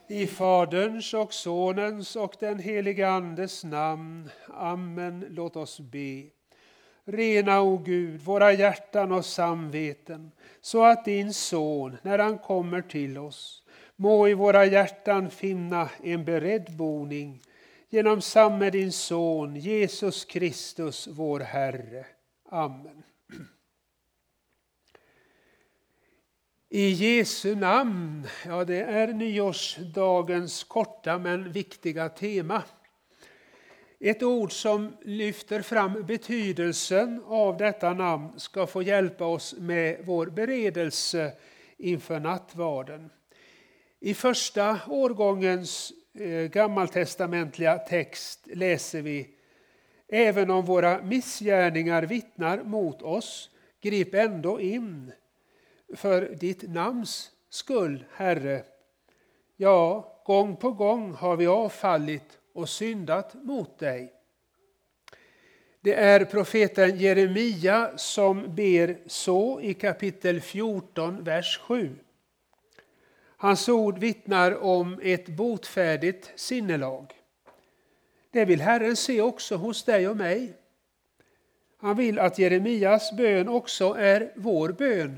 I Faderns och Sonens och den helige Andes namn. Amen. Låt oss be. Rena, o Gud, våra hjärtan och samveten, så att din son, när han kommer till oss, må i våra hjärtan finna en beredd boning genom samme din son, Jesus Kristus, vår Herre. Amen. I Jesu namn, ja, det är nyårsdagens korta men viktiga tema. Ett ord som lyfter fram betydelsen av detta namn ska få hjälpa oss med vår beredelse inför nattvarden. I första årgångens gammaltestamentliga text läser vi: även om våra missgärningar vittnar mot oss, grip ändå in. För ditt namns skull, Herre. Ja, gång på gång har vi avfallit och syndat mot dig. Det är profeten Jeremia som ber så i kapitel 14, vers 7. Hans ord vittnar om ett botfärdigt sinnelag. Det vill Herren se också hos dig och mig. Han vill att Jeremias bön också är vår bön.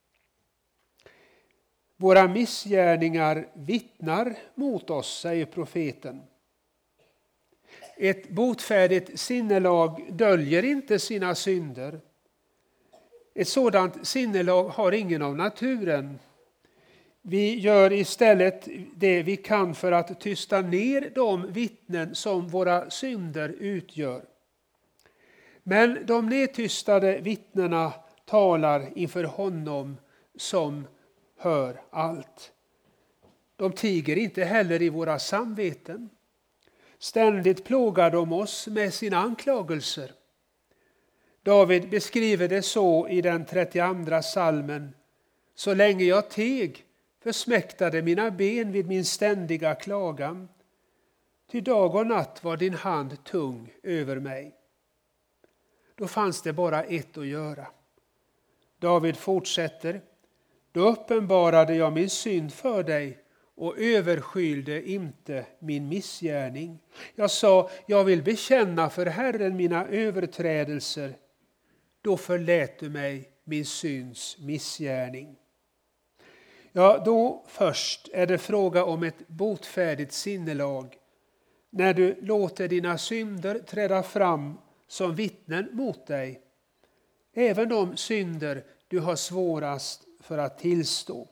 Våra missgärningar vittnar mot oss, säger profeten. Ett botfärdigt sinnelag döljer inte sina synder. Ett sådant sinnelag har ingen av naturen. Vi gör istället det vi kan för att tysta ner de vittnen som våra synder utgör. Men de nedtystade vittnena talar inför honom som hör allt. De tiger inte heller i våra samveten. Ständigt plågar de oss med sina anklagelser. David beskriver det så i den 32:a psalmen: så länge jag teg försmäktade mina ben vid min ständiga klagan. Ty dag och natt var din hand tung över mig. Då fanns det bara ett att göra. David fortsätter: då uppenbarade jag min synd för dig och överskylde inte min missgärning. Jag sa, jag vill bekänna för Herren mina överträdelser. Då förlät du mig min synds missgärning. Ja, då först är det fråga om ett botfärdigt sinnelag. När du låter dina synder träda fram som vittnen mot dig. Även de synder du har svårast för att tillstå.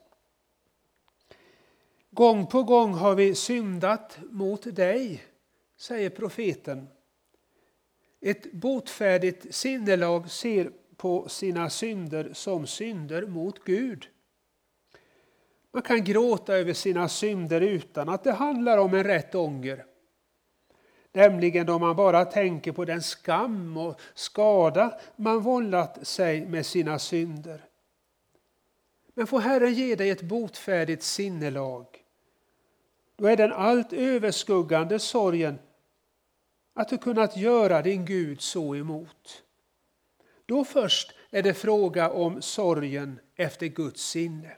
Gång på gång har vi syndat mot dig, säger profeten. Ett botfärdigt sinnelag ser på sina synder som synder mot Gud. Man kan gråta över sina synder utan att det handlar om en rätt ånger. Nämligen då man bara tänker på den skam och skada man vållat sig med sina synder. Men får Herren ge dig ett botfärdigt sinnelag, då är den allt överskuggande sorgen att du kunnat göra din Gud så emot. Då först är det fråga om sorgen efter Guds sinne.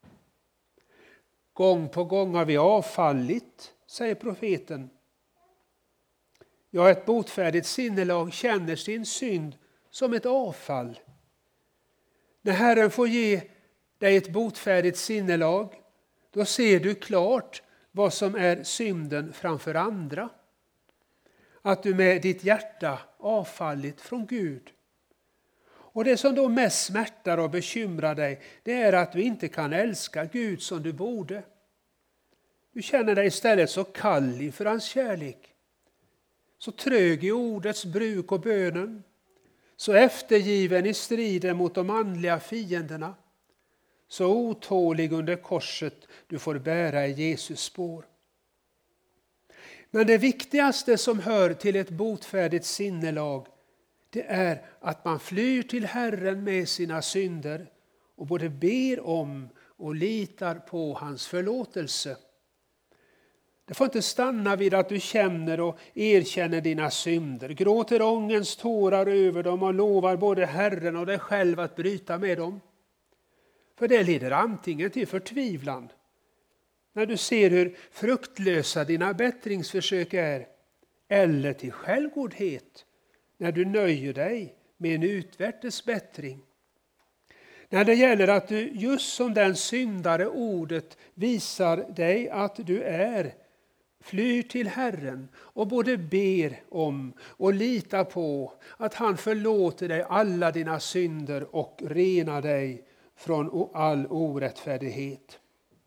Gång på gång har vi avfallit, säger profeten. Ja, ett botfärdigt sinnelag känner sin synd som ett avfall. När Herren får ge dig ett botfärdigt sinnelag, då ser du klart vad som är synden framför andra. Att du med ditt hjärta avfallit från Gud. Och det som då mest smärtar och bekymrar dig, det är att du inte kan älska Gud som du borde. Du känner dig istället så kall inför hans kärlek. Så trög i ordets bruk och bönen. Så eftergiven i striden mot de andliga fienderna. Så otålig under korset du får bära i Jesus spår. Men det viktigaste som hör till ett botfärdigt sinnelag, det är att man flyr till Herren med sina synder och både ber om och litar på hans förlåtelse. Det får inte stanna vid att du känner och erkänner dina synder, gråter ångens tårar över dem och lovar både Herren och dig själv att bryta med dem. För det leder antingen till förtvivlan när du ser hur fruktlösa dina bättringsförsök är, eller till självgodhet när du nöjer dig med en utvärtes bättring. När det gäller att du just som den syndare ordet visar dig att du är, flyr till Herren och både ber om och litar på att han förlåter dig alla dina synder och renar dig från all orättfärdighet.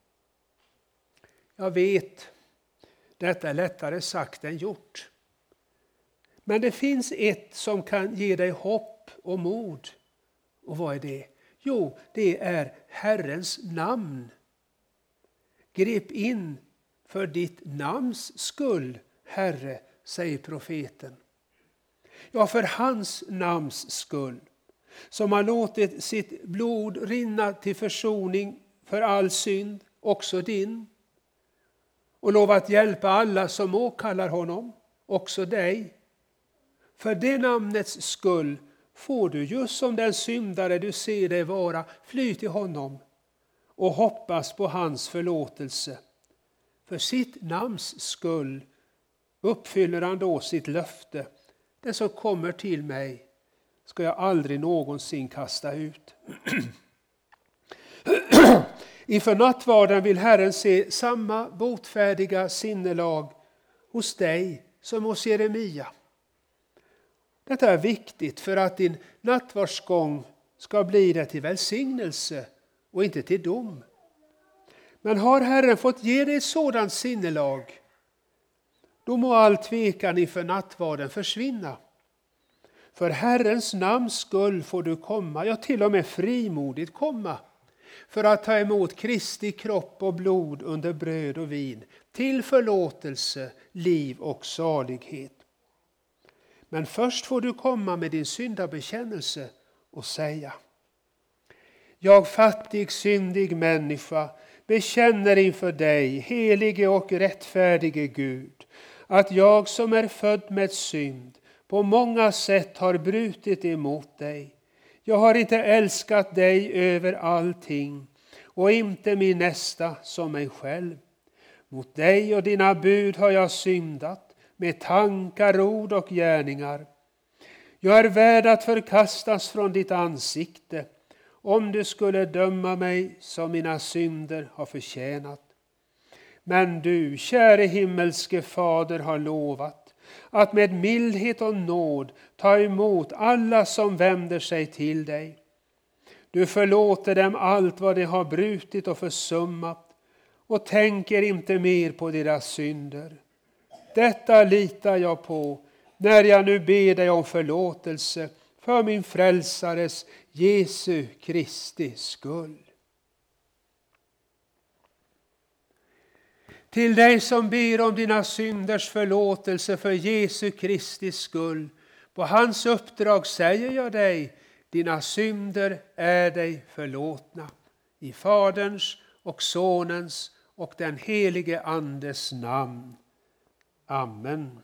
Jag vet, detta är lättare sagt än gjort. Men det finns ett som kan ge dig hopp och mod. Och vad är det? Jo, det är Herrens namn. Grip in för ditt namns skull, Herre, säger profeten. Ja, för hans namns skull, som har låtit sitt blod rinna till försoning för all synd, också din. Och lovat hjälpa alla som åkallar honom, också dig. För det namnets skull får du just som den syndare du ser dig vara fly till honom och hoppas på hans förlåtelse. För sitt namns skull uppfyller han då sitt löfte. Det som kommer till mig ska jag aldrig någonsin kasta ut. Inför nattvarden vill Herren se samma botfärdiga sinnelag hos dig som hos Jeremia. Detta är viktigt för att din nattvardsgång ska bli det till välsignelse och inte till dom. Men har Herren fått ge dig ett sådant sinnelag, då må all tvekan inför nattvarden försvinna. För Herrens namns skull får du komma, ja till och med frimodigt komma, för att ta emot Kristi kropp och blod under bröd och vin, till förlåtelse, liv och salighet. Men först får du komma med din syndabekännelse och säga: jag fattig, syndig människa bekänner inför dig, helige och rättfärdige Gud, att jag som är född med synd på många sätt har brutit emot dig. Jag har inte älskat dig över allting och inte min nästa som mig själv. Mot dig och dina bud har jag syndat med tankar, ord och gärningar. Jag är värd att förkastas från ditt ansikte, om du skulle döma mig som mina synder har förtjänat. Men du, käre himmelske Fader, har lovat att med mildhet och nåd ta emot alla som vänder sig till dig. Du förlåter dem allt vad de har brutit och försummat och tänker inte mer på deras synder. Detta litar jag på när jag nu ber dig om förlåtelse för min frälsares Jesu Kristi skull. Till dig som ber om dina synders förlåtelse för Jesu Kristi skull, på hans uppdrag säger jag dig, dina synder är dig förlåtna. I Faderns och Sonens och den helige Andes namn. Amen.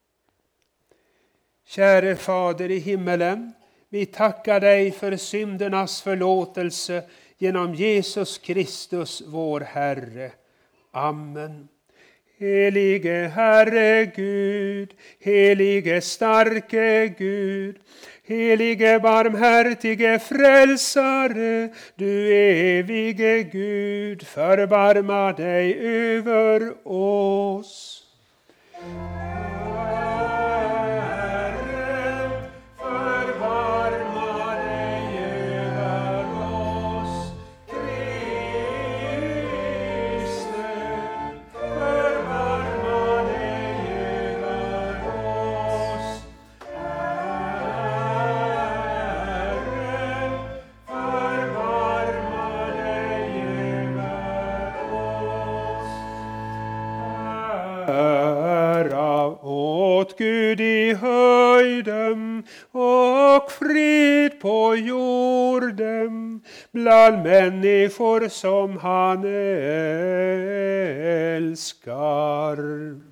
Käre Fader i himmelen, vi tackar dig för syndernas förlåtelse genom Jesus Kristus vår Herre. Amen. Helige Herre Gud, helige starke Gud, helige barmhärtige frälsare, du evige Gud, förbarma dig över oss. Åt Gud i höjden och frid på jorden bland människor som han älskar.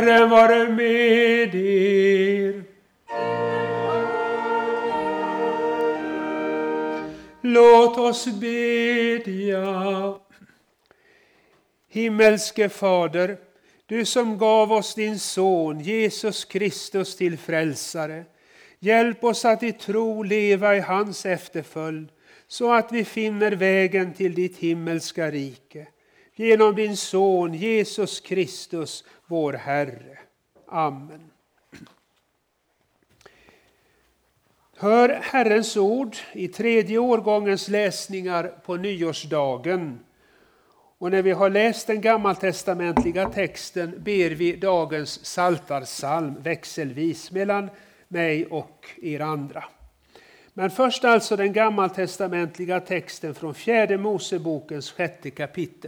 Herren vare med er. Låt oss bedja. Himmelske Fader, du som gav oss din son Jesus Kristus till frälsare, hjälp oss att i tro leva i hans efterföljd, så att vi finner vägen till ditt himmelska rike. Genom din son Jesus Kristus, vår Herre. Amen. Hör Herrens ord i 3:e årgångens läsningar på nyårsdagen. Och när vi har läst den gammaltestamentliga texten ber vi dagens psaltarpsalm växelvis mellan mig och er andra. Men först alltså den gammaltestamentliga texten från 4:e Mosebokens 6:e kapitel.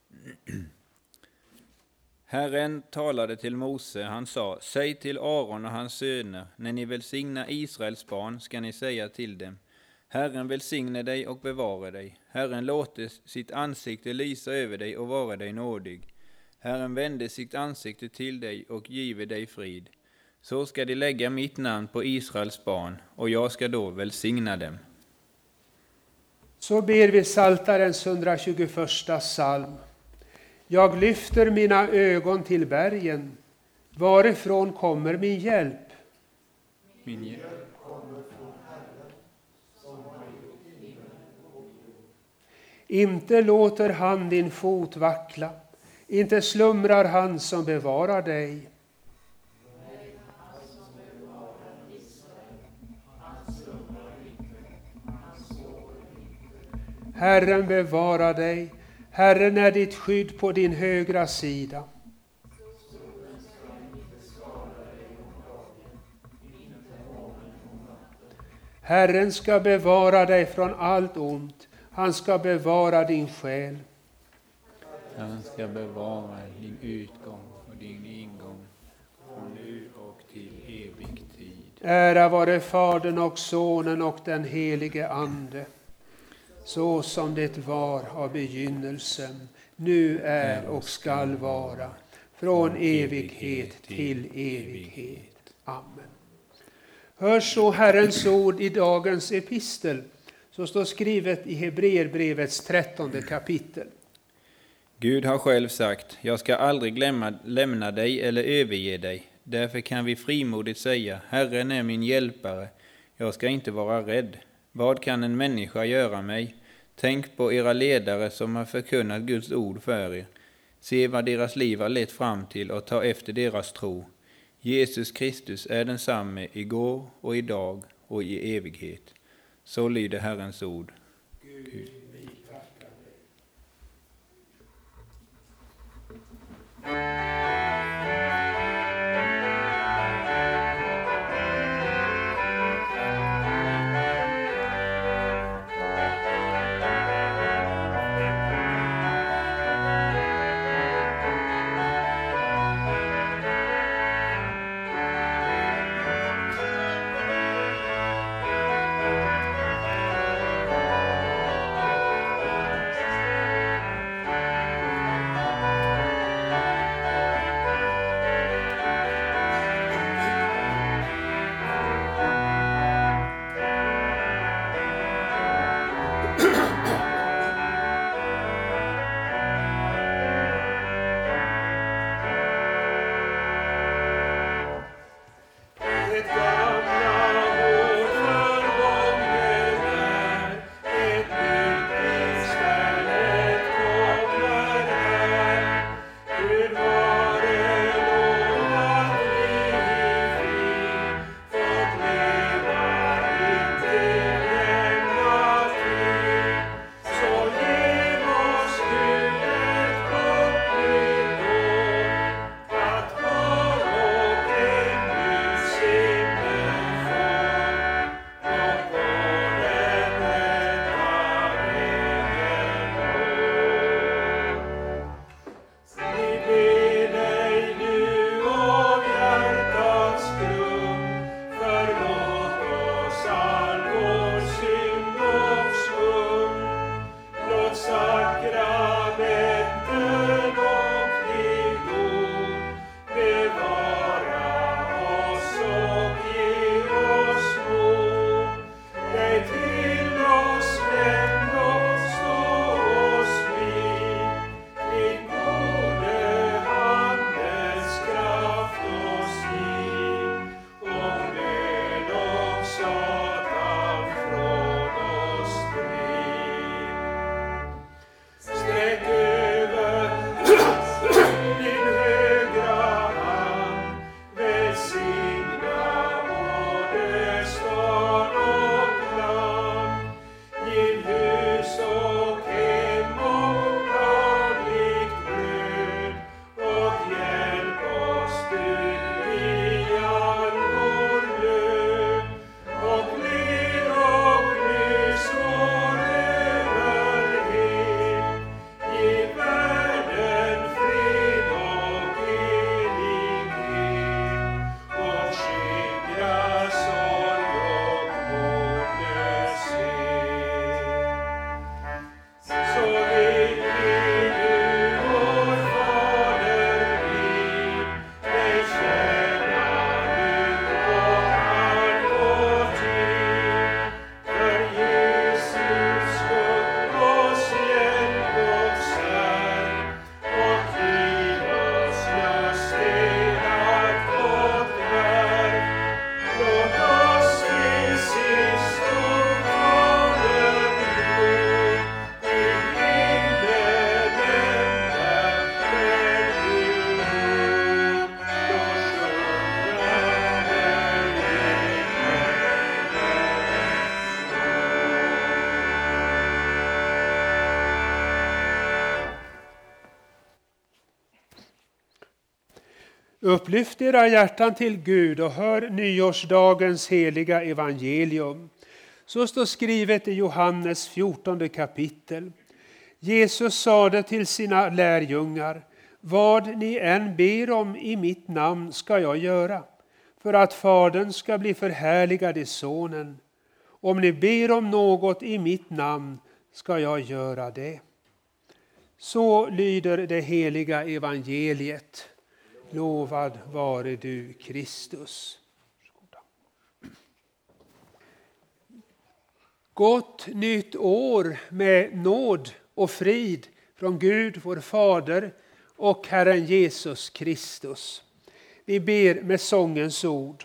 Herren talade till Mose, han sa: säg till Aron och hans söner, när ni välsignar Israels barn ska ni säga till dem: Herren välsigne dig och bevara dig. Herren låter sitt ansikte lysa över dig och vara dig nådig. Herren vände sitt ansikte till dig och give dig frid. Så ska de lägga mitt namn på Israels barn, och jag ska då välsigna dem. Så ber vi psaltarens 121 psalm. Jag lyfter mina ögon till bergen. Varifrån kommer min hjälp? Min hjälp kommer från Herren, som har gjort himmel och jord. Inte låter han din fot vackla. Inte slumrar han som bevarar dig. Nej, han som bevarar Israel, han slumrar inte, han sover inte. Herren bevarar dig. Herren är ditt skydd på din högra sida. Solen ska inte skada dig om dagen, inte månen om natten. Herren ska bevara dig från allt ont. Han ska bevara din själ. Han ska bevara din utgång och din ingång, från nu och till evig tid. Ära vare Fadern och Sonen och den helige Ande, så som det var av begynnelsen, nu är och skall vara, från evighet till evighet. Amen. Hör så Herrens ord i dagens epistel, som står skrivet i Hebreerbrevets 13:e kapitel. Gud har själv sagt: jag ska aldrig lämna dig eller överge dig. Därför kan vi frimodigt säga: Herren är min hjälpare, jag ska inte vara rädd. Vad kan en människa göra mig? Tänk på era ledare som har förkunnat Guds ord för er. Se vad deras liv har lett fram till och ta efter deras tro. Jesus Kristus är densamme igår och idag och i evighet. Så lyder Herrens ord. Gud. Upplyft era hjärtan till Gud och hör nyårsdagens heliga evangelium. Så står skrivet i Johannes 14 kapitel. Jesus sade till sina lärjungar: vad ni än ber om i mitt namn ska jag göra, för att Fadern ska bli förhärligad i Sonen. Om ni ber om något i mitt namn ska jag göra det. Så lyder det heliga evangeliet. Lovad vare du, Kristus. Gott nytt år med nåd och frid från Gud, vår Fader, och Herren Jesus Kristus. Vi ber med sångens ord.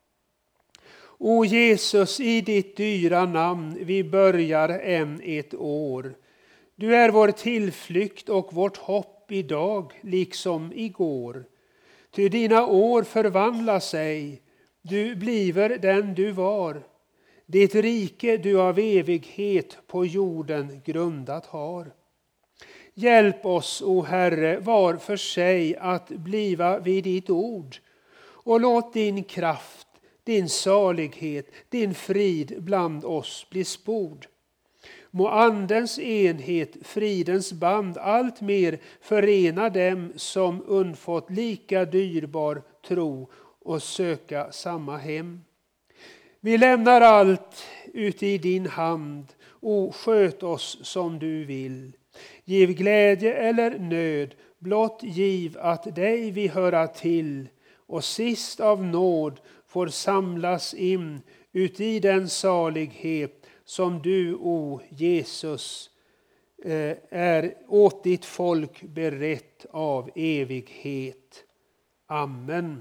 O Jesus, i ditt dyra namn vi börjar än ett år. Du är vår tillflykt och vårt hopp idag liksom igår. Ty dina år förvandlas ej, du bliver den du var. Ditt rike du av evighet på jorden grundat har. Hjälp oss, o Herre, var för sig att bliva vid ditt ord. Och låt din kraft, din salighet, din frid bland oss bli spord. Må andens enhet, fridens band allt mer förena dem som undfått lika dyrbar tro och söka samma hem. Vi lämnar allt ut i din hand, o sköt oss som du vill. Giv glädje eller nöd, blott giv att dig vi höra till, och sist av nåd får samlas in ut i den salighet som du, o Jesus, är åt ditt folk berett av evighet. Amen.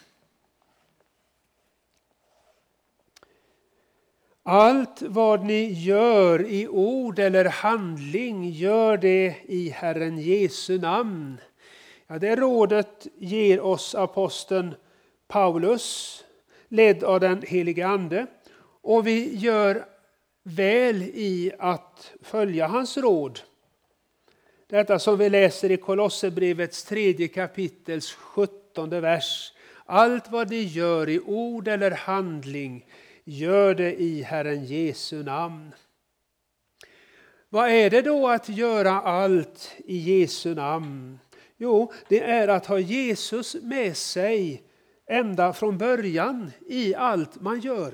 Allt vad ni gör i ord eller handling, gör det i Herren Jesu namn. Ja, det rådet ger oss aposteln Paulus, ledd av den helige Ande. Och vi gör väl i att följa hans råd. Detta som vi läser i Kolosserbrevets 3 kapitels 17 vers. Allt vad ni gör i ord eller handling, gör det i Herren Jesu namn. Vad är det då att göra allt i Jesu namn? Jo, det är att ha Jesus med sig ända från början i allt man gör.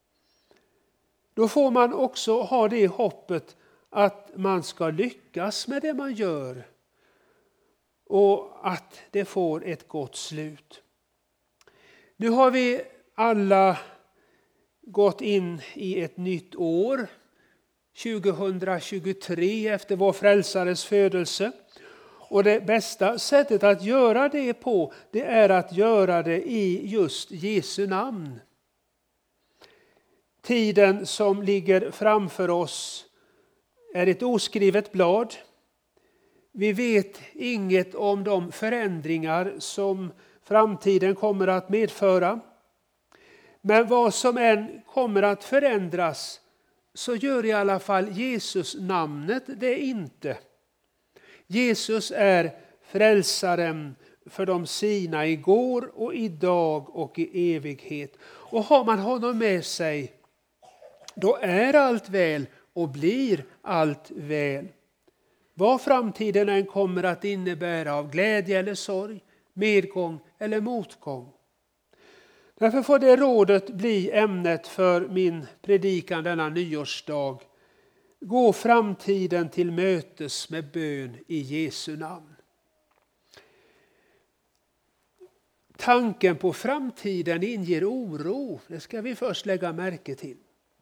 Då får man också ha det hoppet att man ska lyckas med det man gör och att det får ett gott slut. Nu har vi alla gått in i ett nytt år, 2023 efter vår frälsares födelse. Och det bästa sättet att göra det på, det är att göra det i just Jesu namn. Tiden som ligger framför oss är ett oskrivet blad. Vi vet inget om de förändringar som framtiden kommer att medföra. Men vad som än kommer att förändras, så gör i alla fall Jesus namnet det inte. Jesus är frälsaren för de sina igår och idag och i evighet. Och har man honom med sig, då är allt väl och blir allt väl. Vad framtiden än kommer att innebära av glädje eller sorg, medgång eller motgång. Därför får det rådet bli ämnet för min predikan denna nyårsdag. Gå framtiden till mötes med bön i Jesu namn. Tanken på framtiden inger oro, det ska vi först lägga märke till.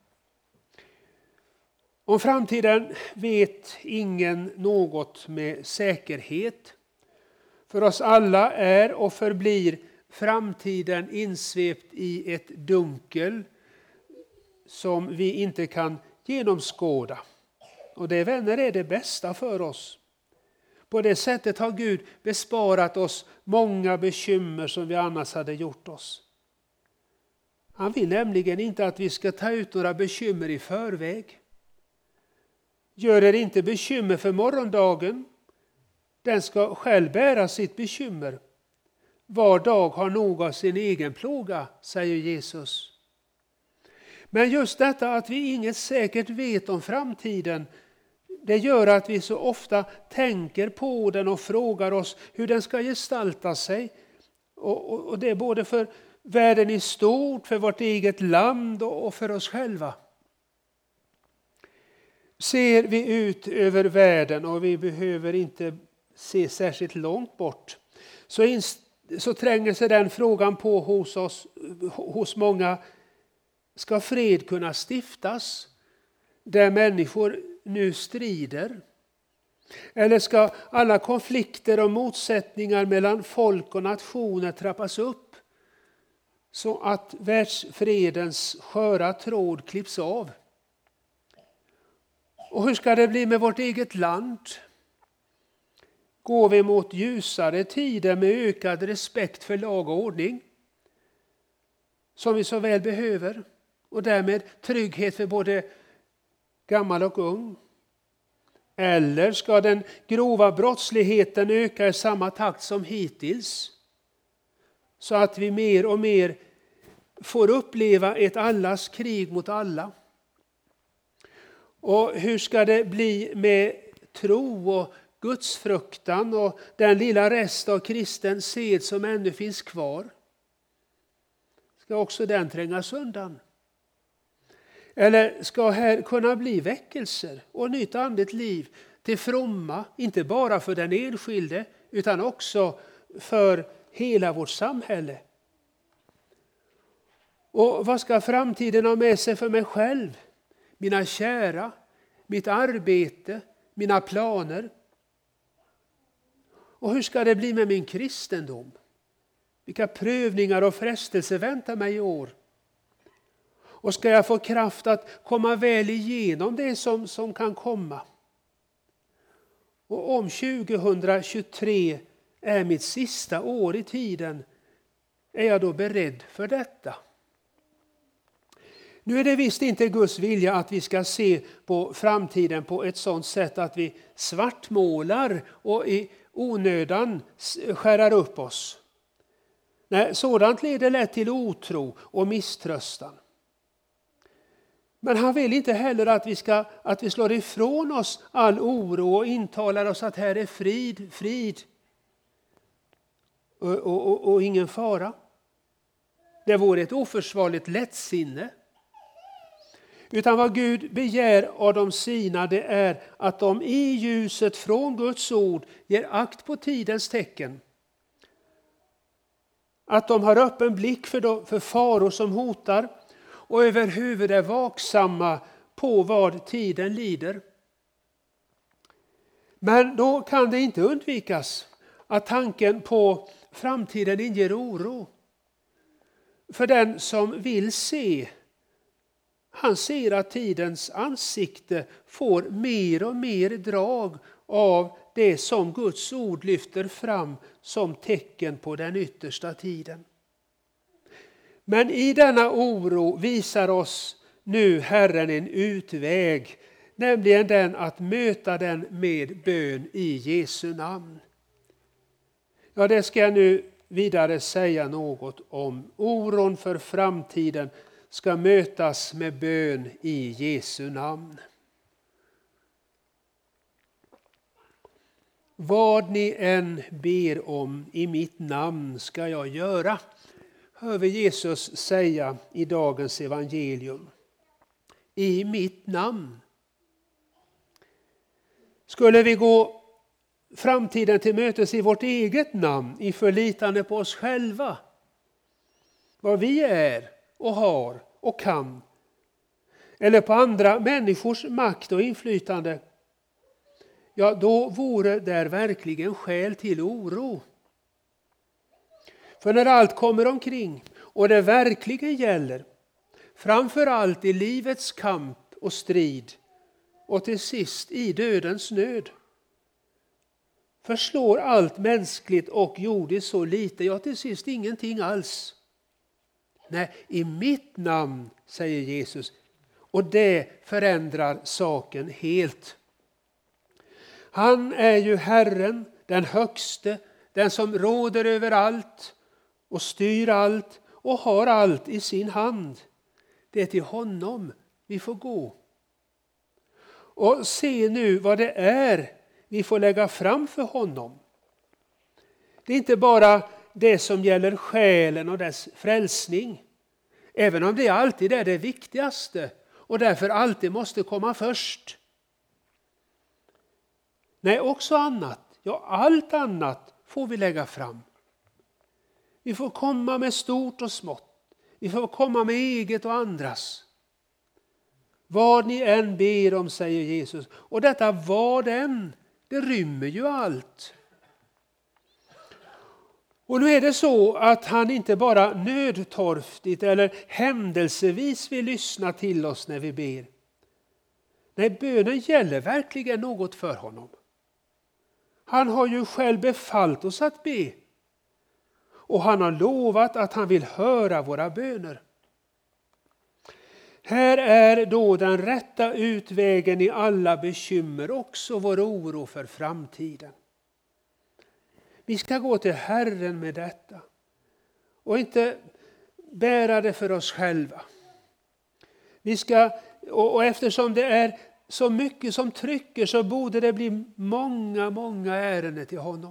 Om framtiden vet ingen något med säkerhet. För oss alla är och förblir framtiden insvept i ett dunkel som vi inte kan genomskåda. Och det, vänner, är det bästa för oss. På det sättet har Gud besparat oss många bekymmer som vi annars hade gjort oss. Han vill nämligen inte att vi ska ta ut några bekymmer i förväg. Gör er inte bekymmer för morgondagen. Den ska själv bära sitt bekymmer. Var dag har nog av sin egen plåga, säger Jesus. Men just detta att vi inget säkert vet om framtiden, det gör att vi så ofta tänker på den och frågar oss hur den ska gestalta sig. Och det är både för världen i stort, för vårt eget land och för oss själva. Ser vi ut över världen, och vi behöver inte se särskilt långt bort, så tränger sig den frågan på hos många. Ska fred kunna stiftas där människor nu strider? Eller ska alla konflikter och motsättningar mellan folk och nationer trappas upp så att världsfredens sköra tråd klipps av? Och hur ska det bli med vårt eget land? Går vi mot ljusare tider med ökad respekt för lag och ordning, som vi så väl behöver, och därmed trygghet för både gammal och ung? Eller ska den grova brottsligheten öka i samma takt som hittills, så att vi mer och mer får uppleva ett allas krig mot alla? Och hur ska det bli med tro och gudsfruktan och den lilla rest av kristen sed som ännu finns kvar? Ska också den trängas undan? Eller ska här kunna bli väckelser och nytt andligt liv till fromma, inte bara för den enskilde utan också för hela vårt samhälle? Och vad ska framtiden ha med sig för mig själv, mina kära, mitt arbete, mina planer? Och hur ska det bli med min kristendom? Vilka prövningar och frestelser väntar mig i år? Och ska jag få kraft att komma väl igenom det som kan komma? Och om 2023 är mitt sista år i tiden, är jag då beredd för detta? Nu är det visst inte Guds vilja att vi ska se på framtiden på ett sådant sätt att vi svartmålar och i onödan skärrar upp oss. Nej, sådant leder lätt till otro och misströstan. Men han vill inte heller att vi slår ifrån oss all oro och intalar oss att här är frid och ingen fara. Det vore ett oförsvarligt lättsinne. Utan vad Gud begär av de sina, det är att de i ljuset från Guds ord ger akt på tidens tecken. Att de har öppen blick för faror som hotar och överhuvud är vaksamma på vad tiden lider. Men då kan det inte undvikas att tanken på framtiden inger oro. För den som vill se, han ser att tidens ansikte får mer och mer drag av det som Guds ord lyfter fram som tecken på den yttersta tiden. Men i denna oro visar oss nu Herren en utväg, nämligen den att möta den med bön i Jesu namn. Ja, det ska jag nu vidare säga något om. Oron för framtiden ska mötas med bön i Jesu namn. Vad ni än ber om i mitt namn ska jag göra, hör vi Jesus säga i dagens evangelium. I mitt namn. Skulle vi gå framtiden till mötes i vårt eget namn, i förlitande på oss själva, vad vi är och har och kan, eller på andra människors makt och inflytande, ja, då vore där verkligen skäl till oro. För när allt kommer omkring och det verkligen gäller, framför allt i livets kamp och strid och till sist i dödens nöd, förslår allt mänskligt och jordiskt så lite, ja till sist ingenting alls. Nej, i mitt namn, säger Jesus, och det förändrar saken helt. Han är ju Herren, den högste, den som råder över allt och styr allt och har allt i sin hand. Det är till honom vi får gå. Och se nu vad det är vi får lägga fram för honom. Det är inte bara det som gäller själen och dess frälsning. Även om det alltid är det viktigaste och därför alltid måste komma först. Nej, också annat. Ja, allt annat får vi lägga fram. Vi får komma med stort och smått. Vi får komma med eget och andras. Vad ni än ber om, säger Jesus. Och detta vad än, det rymmer ju allt. Och nu är det så att han inte bara nödtorftigt eller händelsevis vill lyssna till oss när vi ber. Nej, bönen gäller verkligen något för honom. Han har ju själv befallt oss att be. Och han har lovat att han vill höra våra böner. Här är då den rätta utvägen i alla bekymmer, också vår oro för framtiden. Vi ska gå till Herren med detta och inte bära det för oss själva. Vi ska, och eftersom det är så mycket som trycker så borde det bli många ärenden till honom.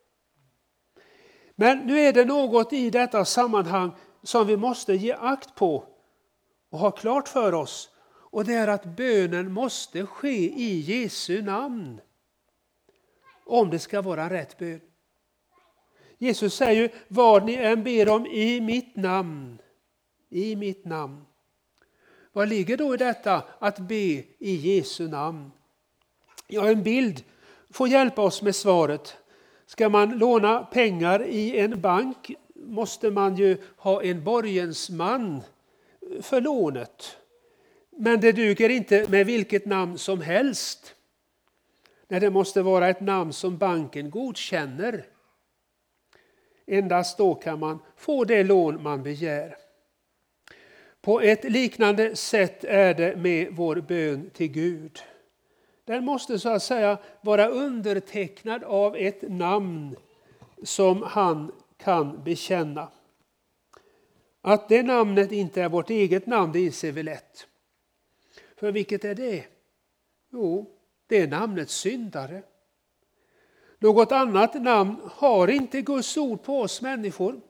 Men nu är det något i detta sammanhang som vi måste ge akt på och ha klart för oss. Och det är att bönen måste ske i Jesu namn. Om det ska vara rätt bön. Jesus säger ju, vad ni än ber om i mitt namn. I mitt namn. Vad ligger då i detta att be i Jesu namn? Ja, en bild får hjälpa oss med svaret. Ska man låna pengar i en bank måste man ju ha en borgensman för lånet. Men det duger inte med vilket namn som helst. Nej, det måste vara ett namn som banken godkänner. Endast då kan man få det lån man begär. På ett liknande sätt är det med vår bön till Gud. Den måste så att säga vara undertecknad av ett namn som han kan bekänna. Att det namnet inte är vårt eget namn, det inser vi lätt. För vilket är det? Jo, det är namnet syndare. Något annat namn har inte Guds ord på oss människor.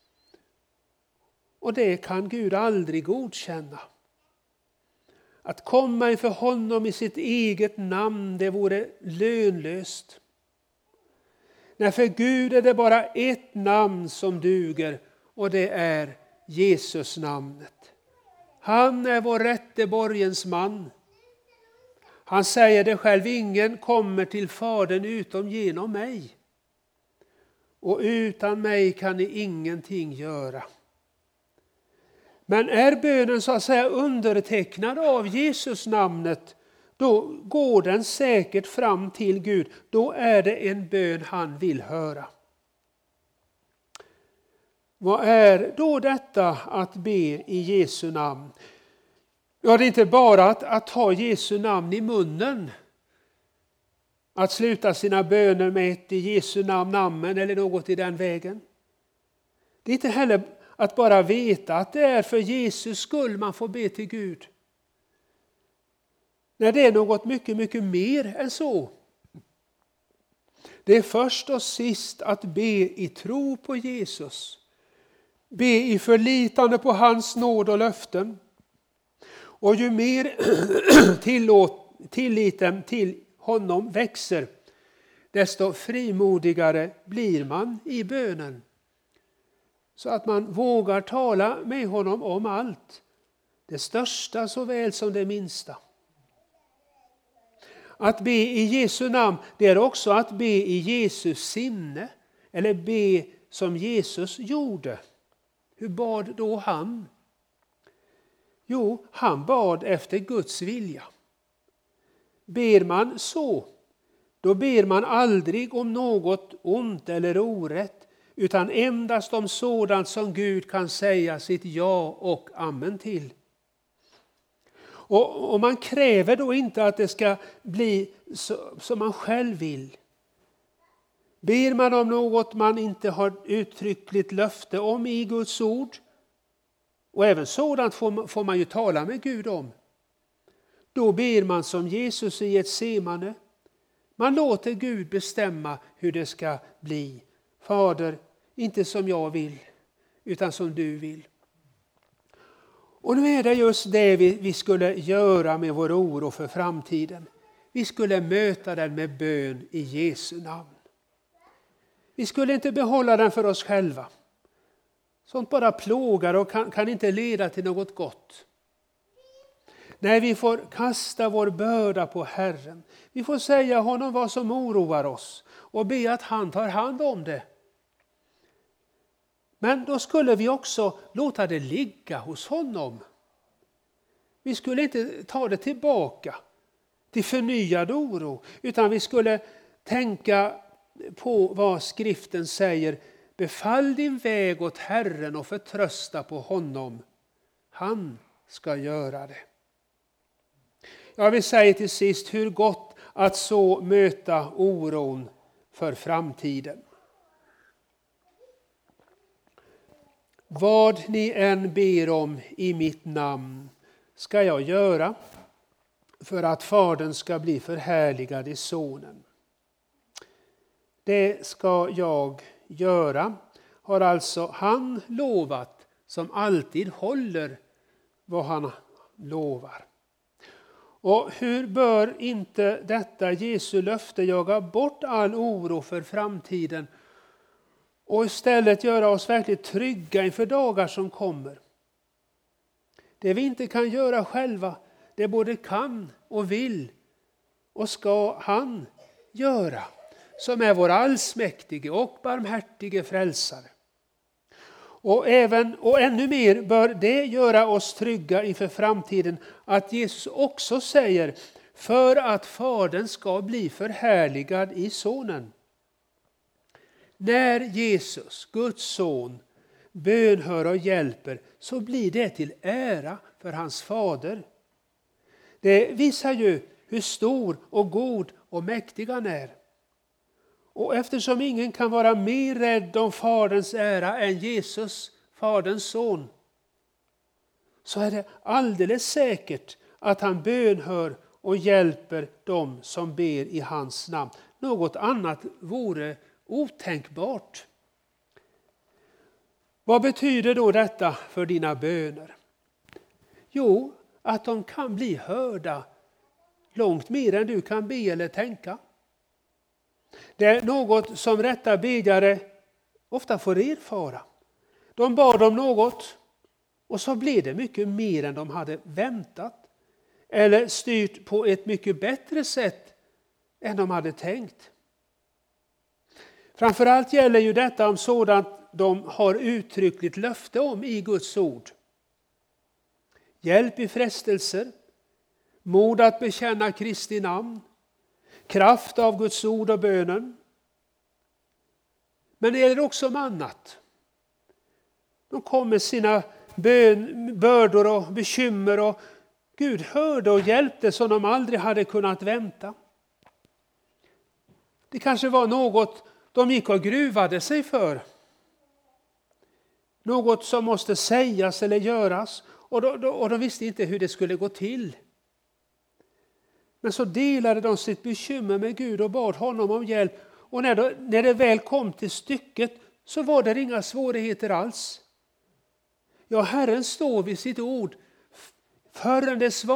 Och det kan Gud aldrig godkänna. Att komma inför honom i sitt eget namn, det vore lönlöst. Nej, för Gud är det bara ett namn som duger, och det är Jesus namnet. Han är vår rätte borgensman. Han säger det själv, ingen kommer till Fadern utom genom mig. Och utan mig kan ni ingenting göra. Men är bönen så att säga undertecknad av Jesus namnet, då går den säkert fram till Gud. Då är det en bön han vill höra. Vad är då detta att be i Jesu namn? Ja, det är inte bara att ha Jesu namn i munnen. Att sluta sina böner med ett i Jesu namn, amen, eller något i den vägen. Det är inte heller att bara veta att det är för Jesus skull man får be till Gud. Nej, det är något mycket mer än så. Det är först och sist att be i tro på Jesus. Be i förlitande på hans nåd och löften. Och ju mer tilliten till honom växer, desto frimodigare blir man i bönen. Så att man vågar tala med honom om allt. Det största såväl som det minsta. Att be i Jesu namn, det är också att be i Jesus sinne. Eller be som Jesus gjorde. Hur bad då han? Jo, han bad efter Guds vilja. Ber man så, då ber man aldrig om något ont eller orätt, utan endast om sådant som Gud kan säga sitt ja och amen till. Och man kräver då inte att det ska bli som man själv vill. Ber man om något man inte har uttryckligt löfte om i Guds ord, och även sådant får man ju tala med Gud om, då ber man som Jesus i Getsemane. Man låter Gud bestämma hur det ska bli. Fader, inte som jag vill, utan som du vill. Och nu är det just det vi skulle göra med vår oro för framtiden. Vi skulle möta den med bön i Jesu namn. Vi skulle inte behålla den för oss själva. Sånt bara plågar och kan inte leda till något gott. Nej, vi får kasta vår börda på Herren. Vi får säga honom vad som oroar oss och be att han tar hand om det. Men då skulle vi också låta det ligga hos honom. Vi skulle inte ta det tillbaka till förnyad oro, utan vi skulle tänka på vad skriften säger. Befall din väg åt Herren och förtrösta på honom. Han ska göra det. Jag vill säga till sist hur gott att så möta oron för framtiden. Vad ni än ber om i mitt namn ska jag göra för att Fadern ska bli förhärligad i Sonen. Det ska jag göra, har alltså han lovat, som alltid håller vad han lovar. Och hur bör inte detta Jesu löfte jaga bort all oro för framtiden och istället göra oss verkligt trygga inför dagar som kommer? Det vi inte kan göra själva, det både kan och vill och ska han göra, som är vår allsmäktige och barmhärtige frälsare. Och ännu mer bör det göra oss trygga inför framtiden att Jesus också säger för att Fadern ska bli förhärligad i Sonen. När Jesus, Guds son, bönhör och hjälper, så blir det till ära för hans fader. Det visar ju hur stor och god och mäktig han är. Och eftersom ingen kan vara mer rädd om faderns ära än Jesus, faderns son, så är det alldeles säkert att han bönhör och hjälper dem som ber i hans namn. Något annat vore otänkbart. Vad betyder då detta för dina böner? Jo, att de kan bli hörda långt mer än du kan be eller tänka. Det är något som rätta bedjare ofta får erfara. De bad om något och så blev det mycket mer än de hade väntat. Eller styrt på ett mycket bättre sätt än de hade tänkt. Framförallt gäller ju detta om sådant de har uttryckligt löfte om i Guds ord. Hjälp i frestelser, mod att bekänna Kristi namn, kraft av Guds ord och bönen. Men det gäller också om annat. De kom med sina bördor och bekymmer och Gud hörde och hjälpte som de aldrig hade kunnat vänta. Det kanske var något de gick och gruvade sig för. Något som måste sägas eller göras och de visste inte hur det skulle gå till. Men så delade de sitt bekymmer med Gud och bad honom om hjälp. Och när det väl kom till stycket så var det inga svårigheter alls. Ja, Herren står vid sitt ord. Förrän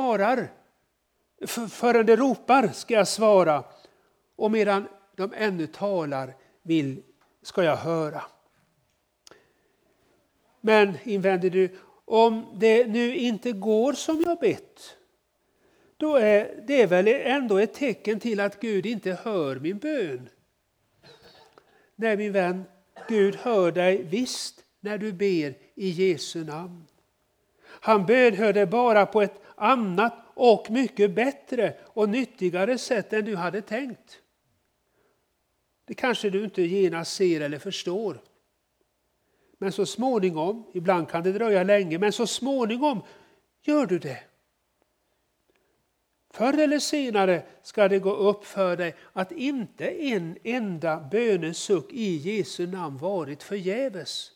det ropar ska jag svara. Och medan de ännu talar ska jag höra. Men, invänder du, om det nu inte går som jag bett, då är det väl ändå ett tecken till att Gud inte hör min bön. Nej, min vän, Gud hör dig visst när du ber i Jesu namn. Han bönhör dig bara på ett annat och mycket bättre och nyttigare sätt än du hade tänkt. Det kanske du inte genast ser eller förstår. Men så småningom, ibland kan det dröja länge, men så småningom gör du det. Förr eller senare ska det gå upp för dig att inte en enda bönesuck i Jesu namn varit förgäves.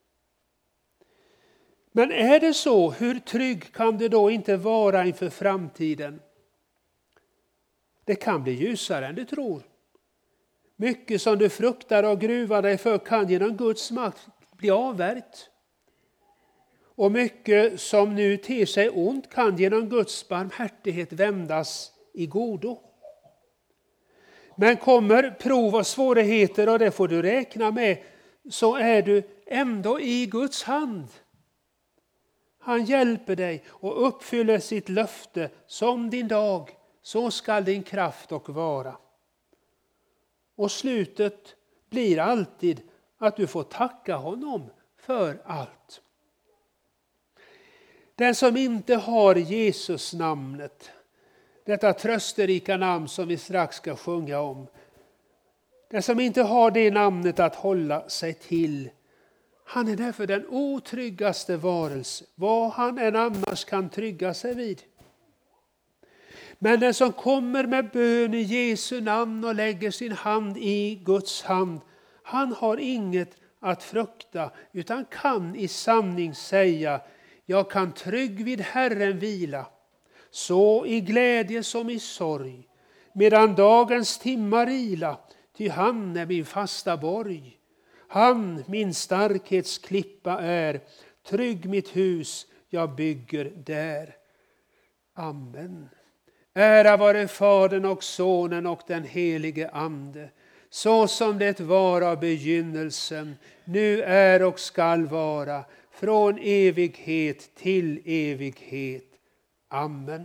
Men är det så, hur trygg kan det då inte vara inför framtiden? Det kan bli ljusare än du tror. Mycket som du fruktar och gruvar dig för kan genom Guds makt bli avvärjt. Och mycket som nu ter sig ont kan genom Guds barmhärtighet vändas i godo. Men kommer prov och svårigheter, och det får du räkna med, så är du ändå i Guds hand. Han hjälper dig och uppfyller sitt löfte: som din dag, så skall din kraft och vara. Och slutet blir alltid att du får tacka honom för allt. Den som inte har Jesus namnet, detta trösterika namn som vi strax ska sjunga om, den som inte har det namnet att hålla sig till, han är därför den otryggaste varelse, vad han än annars kan trygga sig vid. Men den som kommer med bön i Jesu namn och lägger sin hand i Guds hand, han har inget att frukta, utan kan i sanning säga: jag kan trygg vid Herren vila, så i glädje som i sorg, medan dagens timmar ila, ty han är min fasta borg. Han min starkhetsklippa är, trygg mitt hus jag bygger där. Amen. Ära vare Fadern och Sonen och den helige Ande, så som det var av begynnelsen, nu är och skall vara, från evighet till evighet. Amen.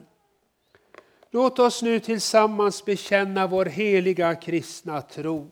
Låt oss nu tillsammans bekänna vår heliga kristna tro.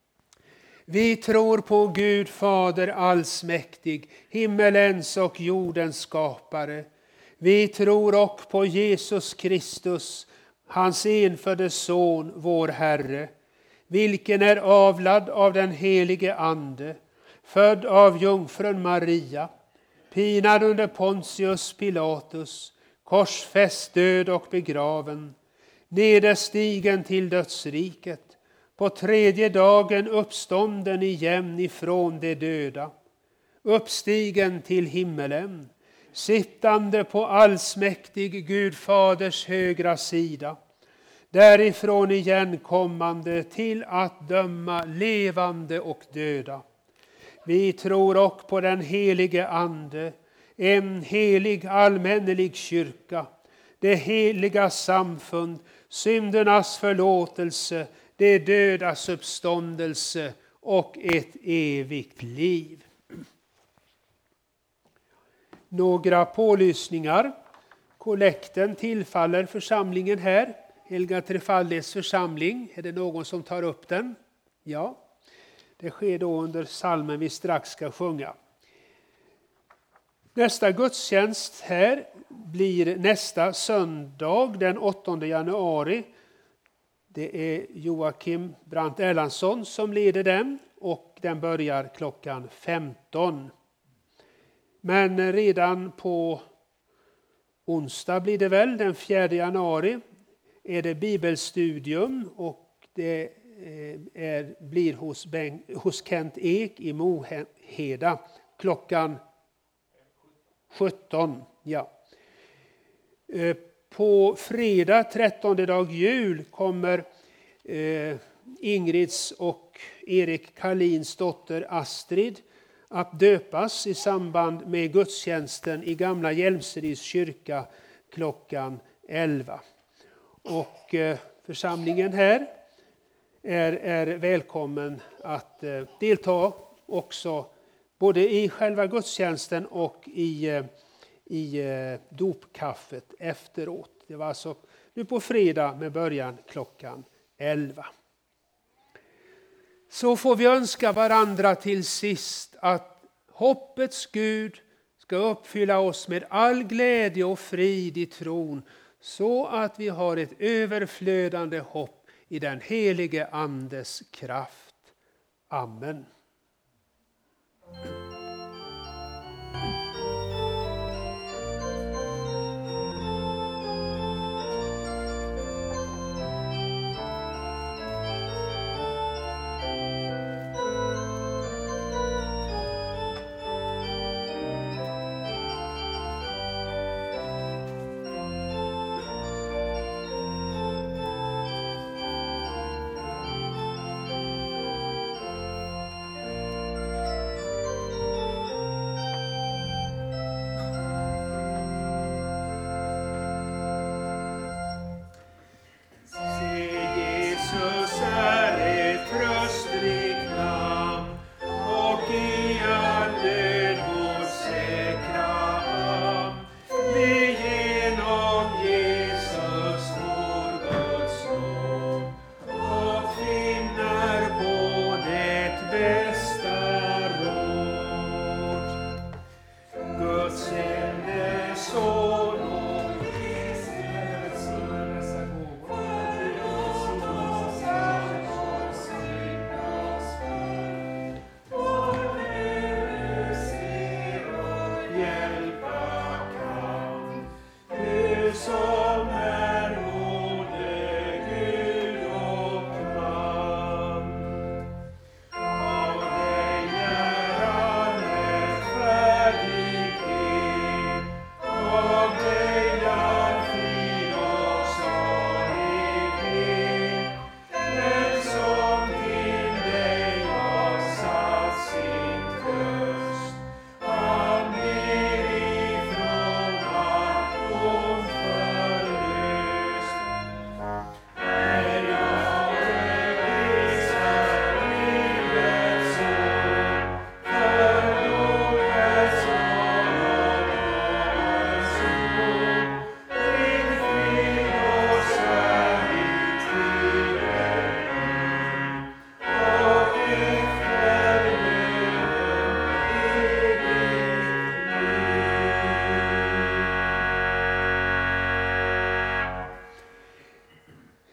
Vi tror på Gud Fader allsmäktig, himmelens och jordens skapare. Vi tror också på Jesus Kristus, hans enfödde son, vår Herre, vilken är avlad av den helige Ande, född av jungfrun Maria, pinad under Pontius Pilatus, korsfäst, död och begraven, nederstigen till dödsriket, på tredje dagen uppstånden igen ifrån de döda, uppstigen till himmelen, sittande på allsmäktig Gud Faders högra sida, därifrån igen kommande till att döma levande och döda. Vi tror också på den helige Ande, en helig allmännelig kyrka, det heliga samfund, syndernas förlåtelse, det dödas uppståndelse och ett evigt liv. Några pålysningar. Kollekten tillfaller församlingen här, Helga Trefaldighets församling. Är det någon som tar upp den? Ja, det sker då under psalmen vi strax ska sjunga. Nästa gudstjänst här blir nästa söndag den 8 januari. Det är Joakim Brandt Erlandsson som leder den, och den börjar klockan 15. Men redan på onsdag blir det väl, den 4 januari, är det bibelstudium, och det blir hos Kent Ek i Moheda klockan 17. Ja. På fredag 13 dag jul kommer Ingrids och Erik Karlins dotter Astrid att döpas i samband med gudstjänsten i Gamla Hjälmseryds kyrka klockan 11. Och församlingen här är välkommen att delta också både i själva gudstjänsten och i dopkaffet efteråt. Det var alltså nu på fredag med början klockan 11. Så får vi önska varandra till sist att hoppets Gud ska uppfylla oss med all glädje och frid i tron, så att vi har ett överflödande hopp i den helige Andes kraft. Amen.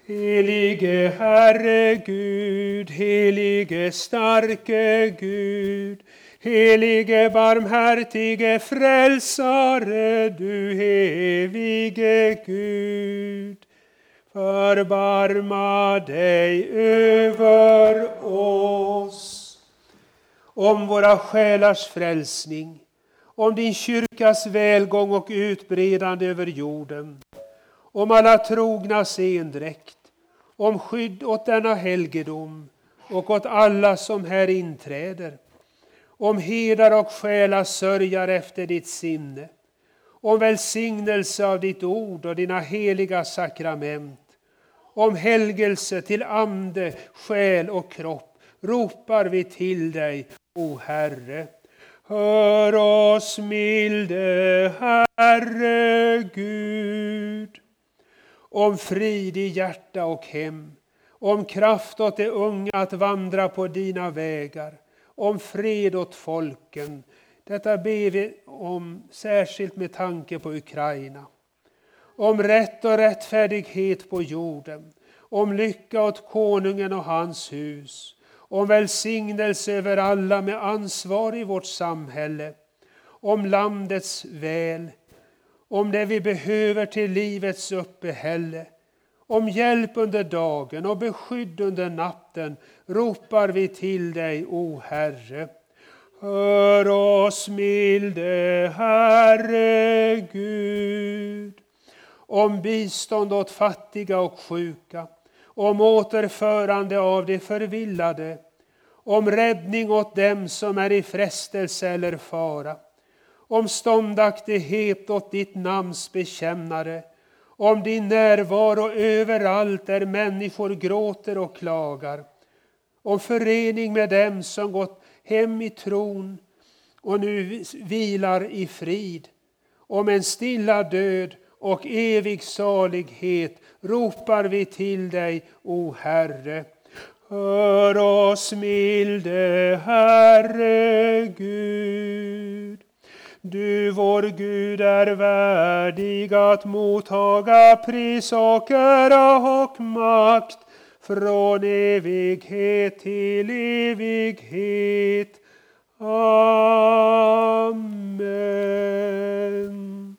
Helige Herre Gud, helige starke Gud, helige barmhärtige frälsare, du evige Gud. Förbarma dig över oss. Om våra själars frälsning, om din kyrkas välgång och utbredande över jorden, om alla trognas endräkt, om skydd åt denna helgedom och åt alla som här inträder, om herdar och själar sörjar efter ditt sinne, om välsignelse av ditt ord och dina heliga sakrament, om helgelse till ande, själ och kropp, ropar vi till dig, o Herre. Hör oss, milde Herre Gud. Om frid i hjärta och hem, om kraft åt de unga att vandra på dina vägar, om fred åt folken. Detta ber vi om särskilt med tanke på Ukraina. Om rätt och rättfärdighet på jorden, om lycka åt konungen och hans hus, om välsignelse över alla med ansvar i vårt samhälle, om landets väl, om det vi behöver till livets uppehälle, om hjälp under dagen och beskydd under natten, ropar vi till dig, o Herre. Hör oss, milde Herre Gud. Om bistånd åt fattiga och sjuka, om återförande av de förvillade, om räddning åt dem som är i frestelse eller fara, om ståndaktighet åt ditt namns bekännare, om din närvaro överallt där människor gråter och klagar, om förening med dem som gått hem i tron och nu vilar i frid, om en stilla död och evig salighet, ropar vi till dig, o Herre. Hör oss, milde Herre Gud. Du, vår Gud, är värdig att mottaga pris och ära och makt från evighet till evighet. Amen.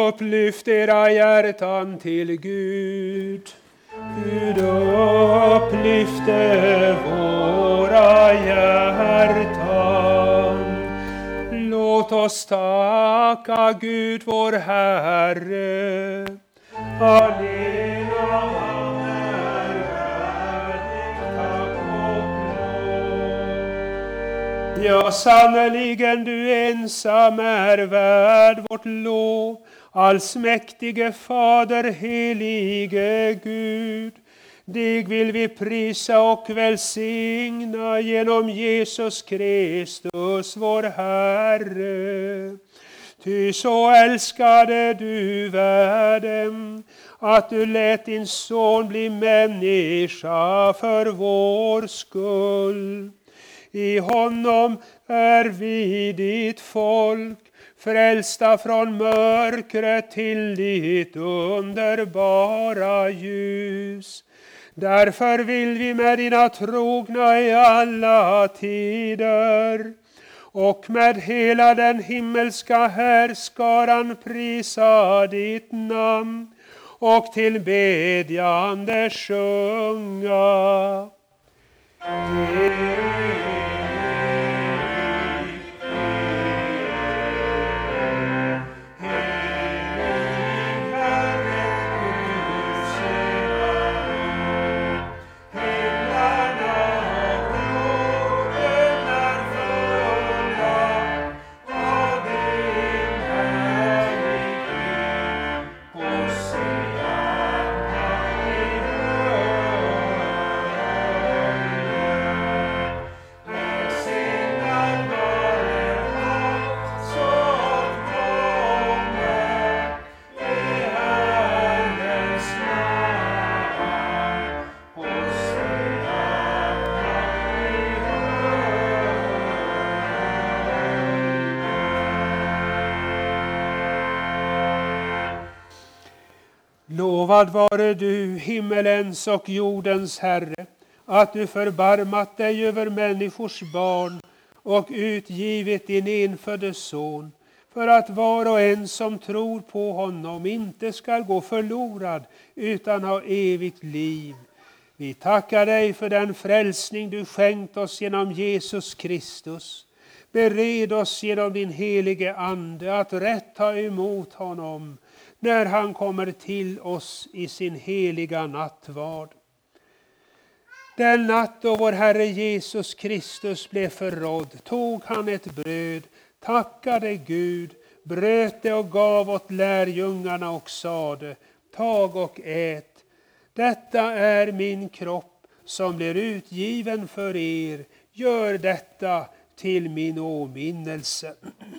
Upplyft era hjärtan till Gud. Gud upplyfte våra hjärtan. Låt oss tacka Gud vår Herre. Allena han är värdig tack och lov. Ja, sannoliken du ensam är värd vårt lov. Allsmäktige Fader, helige Gud, dig vill vi prisa och välsigna genom Jesus Kristus, vår Herre. Ty så älskade du världen, att du lät din son bli människa för vår skull. I honom är vi ditt folk, frälsta från mörkret till ditt underbara ljus. Därför vill vi med dina trogna i alla tider och med hela den himmelska härskaran prisa ditt namn och till bedjande sjunga. Lovad vare du, himmelens och jordens Herre, att du förbarmat dig över människors barn och utgivit din enfödde son, för att var och en som tror på honom inte skall gå förlorad utan ha evigt liv. Vi tackar dig för den frälsning du skänkt oss genom Jesus Kristus. Bered oss genom din helige Ande att rätt ta emot honom när han kommer till oss i sin heliga nattvard. Den natt då vår Herre Jesus Kristus blev förrådd tog han ett bröd, tackade Gud, bröt det och gav åt lärjungarna och sade: tag och ät. Detta är min kropp som blir utgiven för er. Gör detta till min åminnelse.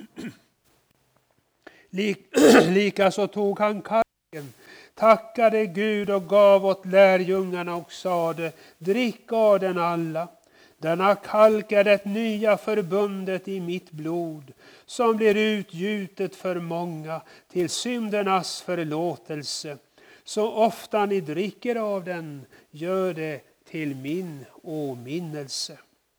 Likaså tog han kalken, tackade Gud och gav åt lärjungarna och sade: drick av den alla. Denna kalk är det nya förbundet i mitt blod, som blir utgjutet för många till syndernas förlåtelse. Så ofta ni dricker av den, gör det till min åminnelse.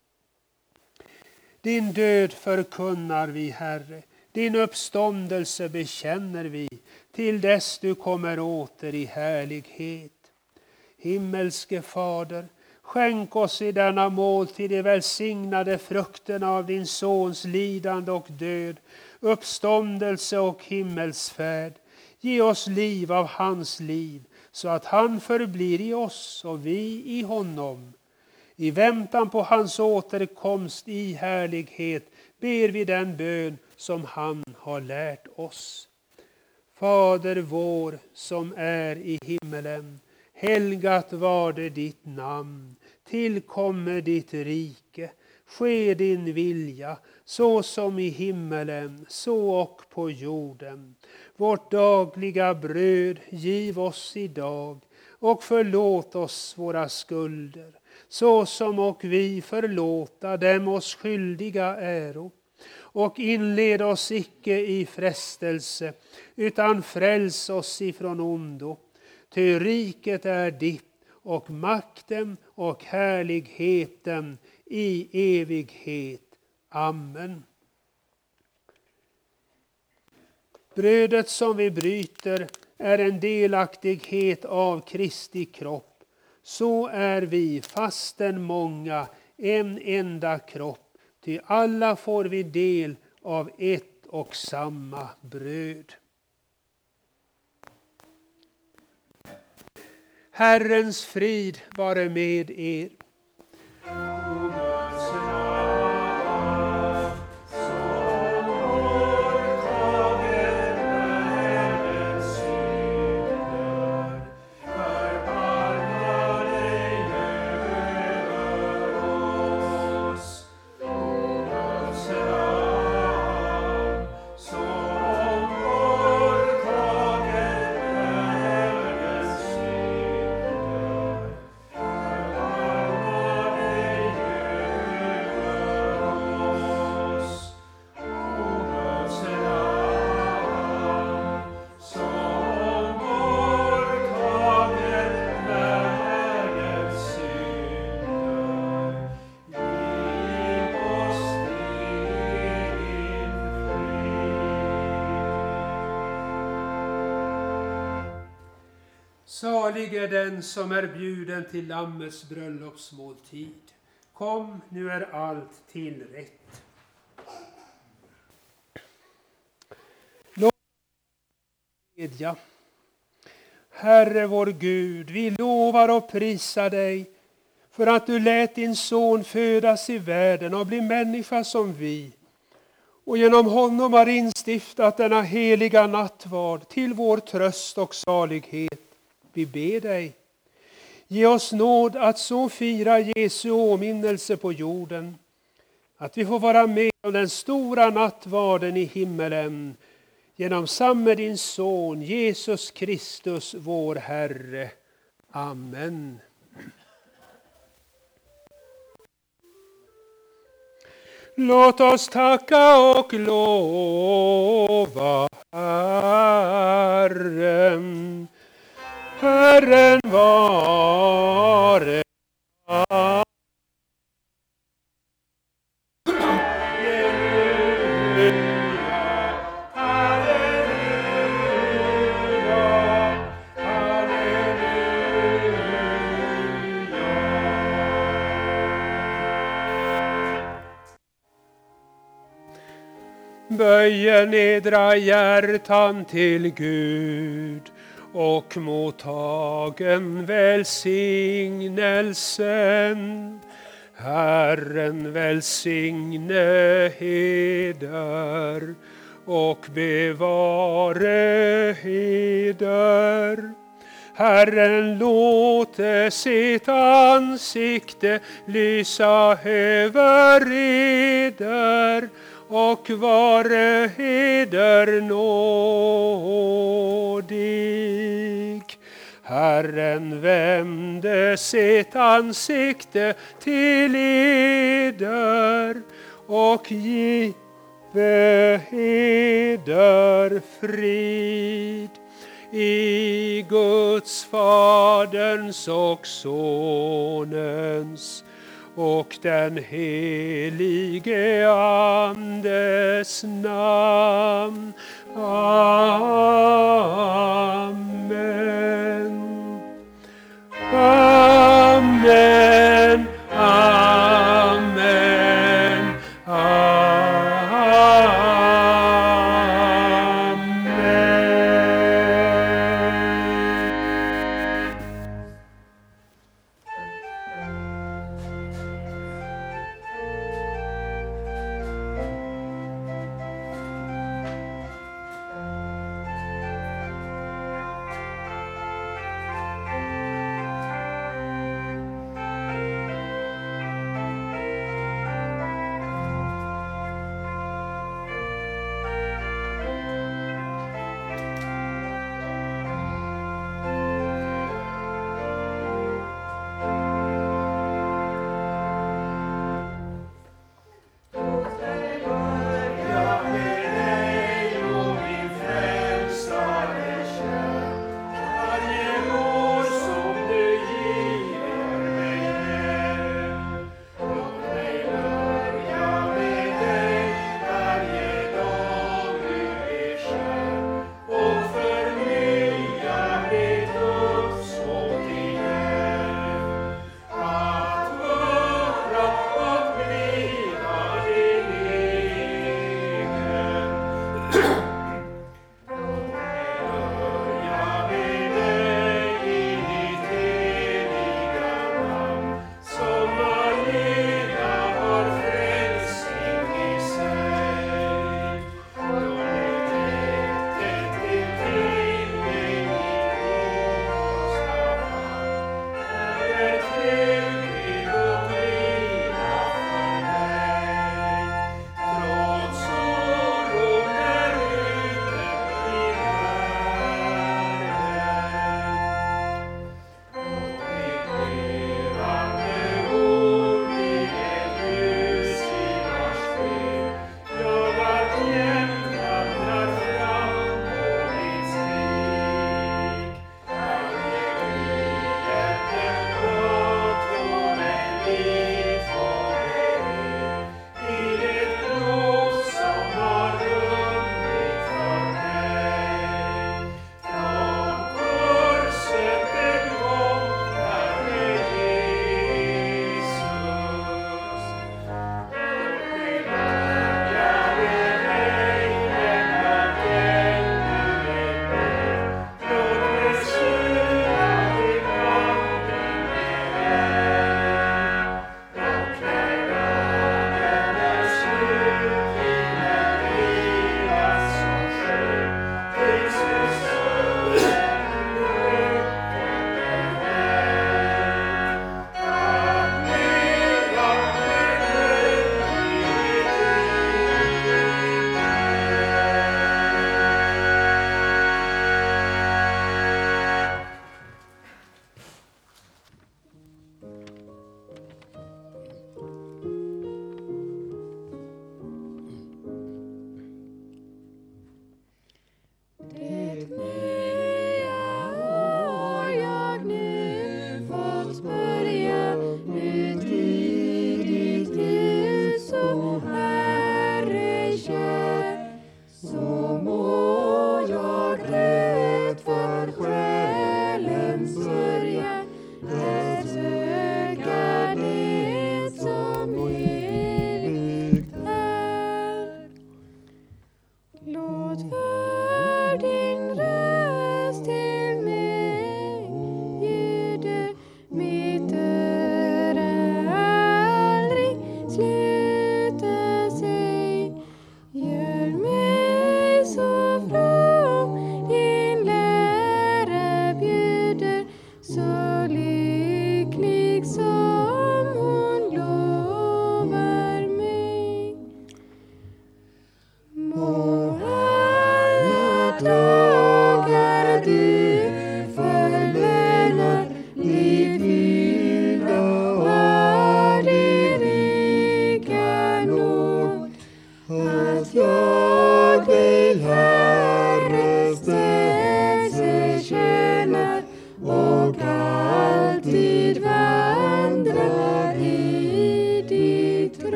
Din död förkunnar vi, Herre. Din uppståndelse bekänner vi till dess du kommer åter i härlighet. Himmelske Fader, skänk oss i denna måltid de välsignade frukterna av din sons lidande och död, uppståndelse och himmelsfärd. Ge oss liv av hans liv, så att han förblir i oss och vi i honom. I väntan på hans återkomst i härlighet ber vi den bön som han har lärt oss. Fader vår som är i himmelen, helgat var det ditt namn. Tillkommer ditt rike, ske din vilja, så som i himmelen, så och på jorden. Vårt dagliga bröd giv oss idag, och förlåt oss våra skulder, så som och vi förlåta dem oss skyldiga äro. Och inled oss icke i frestelse, utan fräls oss ifrån ondo. Ty riket är ditt, och makten och härligheten i evighet. Amen. Brödet som vi bryter är en delaktighet av Kristi kropp. Så är vi, fastän många, en enda kropp, ty alla får vi del av ett och samma bröd. Herrens frid vare med er. Salig är den som är bjuden till Lammets bröllopsmåltid. Kom, nu är allt tillrätt. Låt oss bedja. Herre vår Gud, vi lovar och prisar dig för att du lät din son födas i världen och bli människa som vi. Och genom honom har instiftat denna heliga nattvard till vår tröst och salighet. Vi ber dig, ge oss nåd att så fira Jesu åminnelse på jorden, att vi får vara med om den stora nattvarden i himmelen, genom samme din son Jesus Kristus vår Herre. Amen. Låt oss tacka och lova Herren. Herren vare böjer nedra hjärtan till Gud och mottagen välsignelsen. Herren välsigne heder och bevare heder. Herren låte sitt ansikte lysa över eder och vare eder nådig. Herren vände sitt ansikte till eder och give eder frid. I Guds, Faderns och Sonens och den helige Andes namn. Amen.